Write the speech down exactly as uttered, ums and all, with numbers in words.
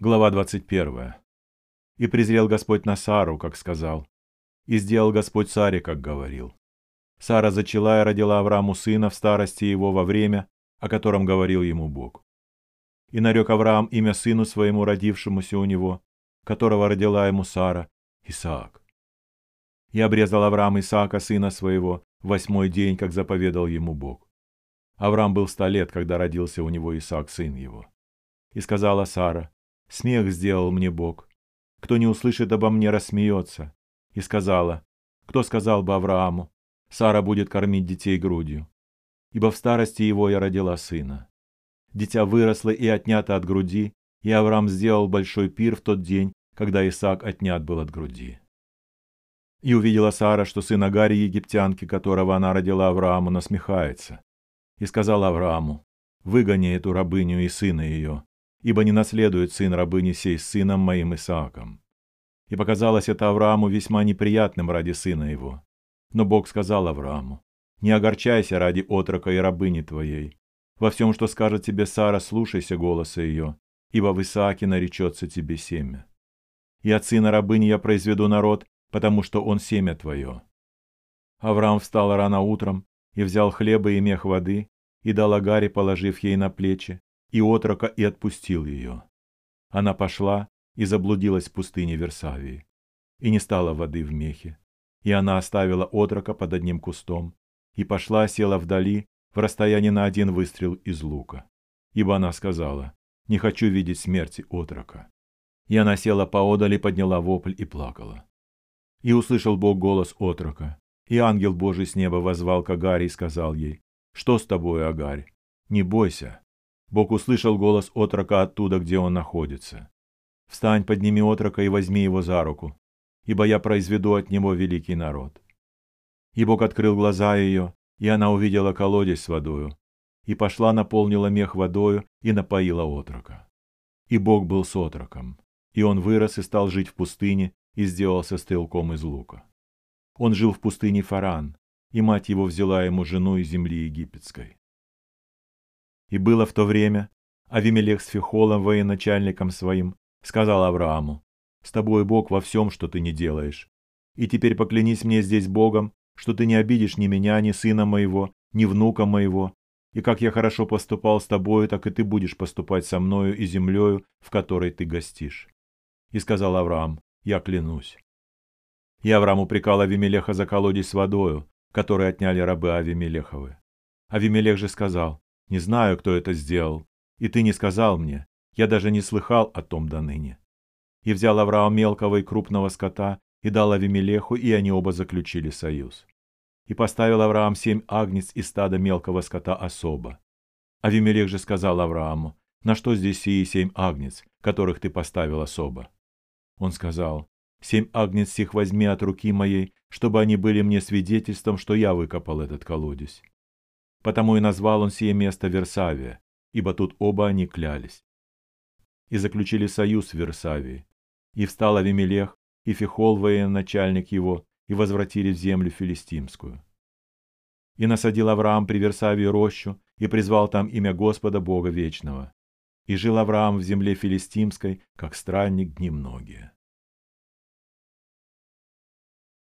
Глава двадцать первая. «И презрел Господь на Сару, как сказал, и сделал Господь Саре, как говорил. Сара зачала и родила Аврааму сына в старости его во время, о котором говорил ему Бог. И нарек Авраам имя сыну своему, родившемуся у него, которого родила ему Сара, Исаак. И обрезал Авраам Исаака, сына своего, в восьмой день, как заповедал ему Бог. Авраам был ста лет, когда родился у него Исаак, сын его. И сказала Сара: смех сделал мне Бог. Кто не услышит обо мне, рассмеется. И сказала: кто сказал бы Аврааму: Сара будет кормить детей грудью? Ибо в старости его я родила сына. Дитя выросло и отнято от груди, и Авраам сделал большой пир в тот день, когда Исаак отнят был от груди. И увидела Сара, что сын Агари египтянки, которого она родила Аврааму, насмехается. И сказала Аврааму: выгони эту рабыню и сына ее, ибо не наследует сын рабыни сей с сыном моим Исааком. И показалось это Аврааму весьма неприятным ради сына его. Но Бог сказал Аврааму: не огорчайся ради отрока и рабыни твоей. Во всем, что скажет тебе Сара, слушайся голоса ее, ибо в Исааке наречется тебе семя. И от сына рабыни я произведу народ, потому что он семя твое. Авраам встал рано утром и взял хлеба и мех воды, и дал Агаре, положив ей на плечи, и отрока, и отпустил ее. Она пошла и заблудилась в пустыне Версавии, и не стала воды в мехе. И она оставила отрока под одним кустом, и пошла, села вдали, в расстоянии на один выстрел из лука. Ибо она сказала: не хочу видеть смерти отрока. И она села поодаль и подняла вопль и плакала. И услышал Бог голос отрока, и ангел Божий с неба воззвал к Агаре и сказал ей: что с тобой, Агарь? Не бойся. Бог услышал голос отрока оттуда, где он находится. Встань, подними отрока и возьми его за руку, ибо я произведу от него великий народ. И Бог открыл глаза ее, и она увидела колодец с водою, и пошла, наполнила мех водою и напоила отрока. И Бог был с отроком, и он вырос и стал жить в пустыне, и сделался стрелком из лука. Он жил в пустыне Фаран, и мать его взяла ему жену из земли египетской. И было в то время, Авимелех с Фихолом, военачальником своим, сказал Аврааму: с тобой Бог во всем, что ты не делаешь. И теперь поклянись мне здесь Богом, что ты не обидишь ни меня, ни сына моего, ни внука моего, и как я хорошо поступал с тобою, так и ты будешь поступать со мною и землею, в которой ты гостишь. И сказал Авраам: я клянусь. И Авраам упрекал Авимелеха за колодец с водою, который отняли рабы Авимелеховы. Авимелех же сказал: не знаю, кто это сделал, и ты не сказал мне, я даже не слыхал о том доныне. И взял Авраам мелкого и крупного скота, и дал Авимелеху, и они оба заключили союз. И поставил Авраам семь агнец и стада мелкого скота особо. Авимелех же сказал Аврааму: на что здесь сии семь агнец, которых ты поставил особо? Он сказал: семь агнец сих возьми от руки моей, чтобы они были мне свидетельством, что я выкопал этот колодец. Потому и назвал он сие место Версавия, ибо тут оба они клялись. И заключили союз в Версавии. И встал Авимелех, и Фихол, военачальник его, и возвратили в землю филистимскую. И насадил Авраам при Версавии рощу, и призвал там имя Господа Бога Вечного. И жил Авраам в земле филистимской, как странник дни многие.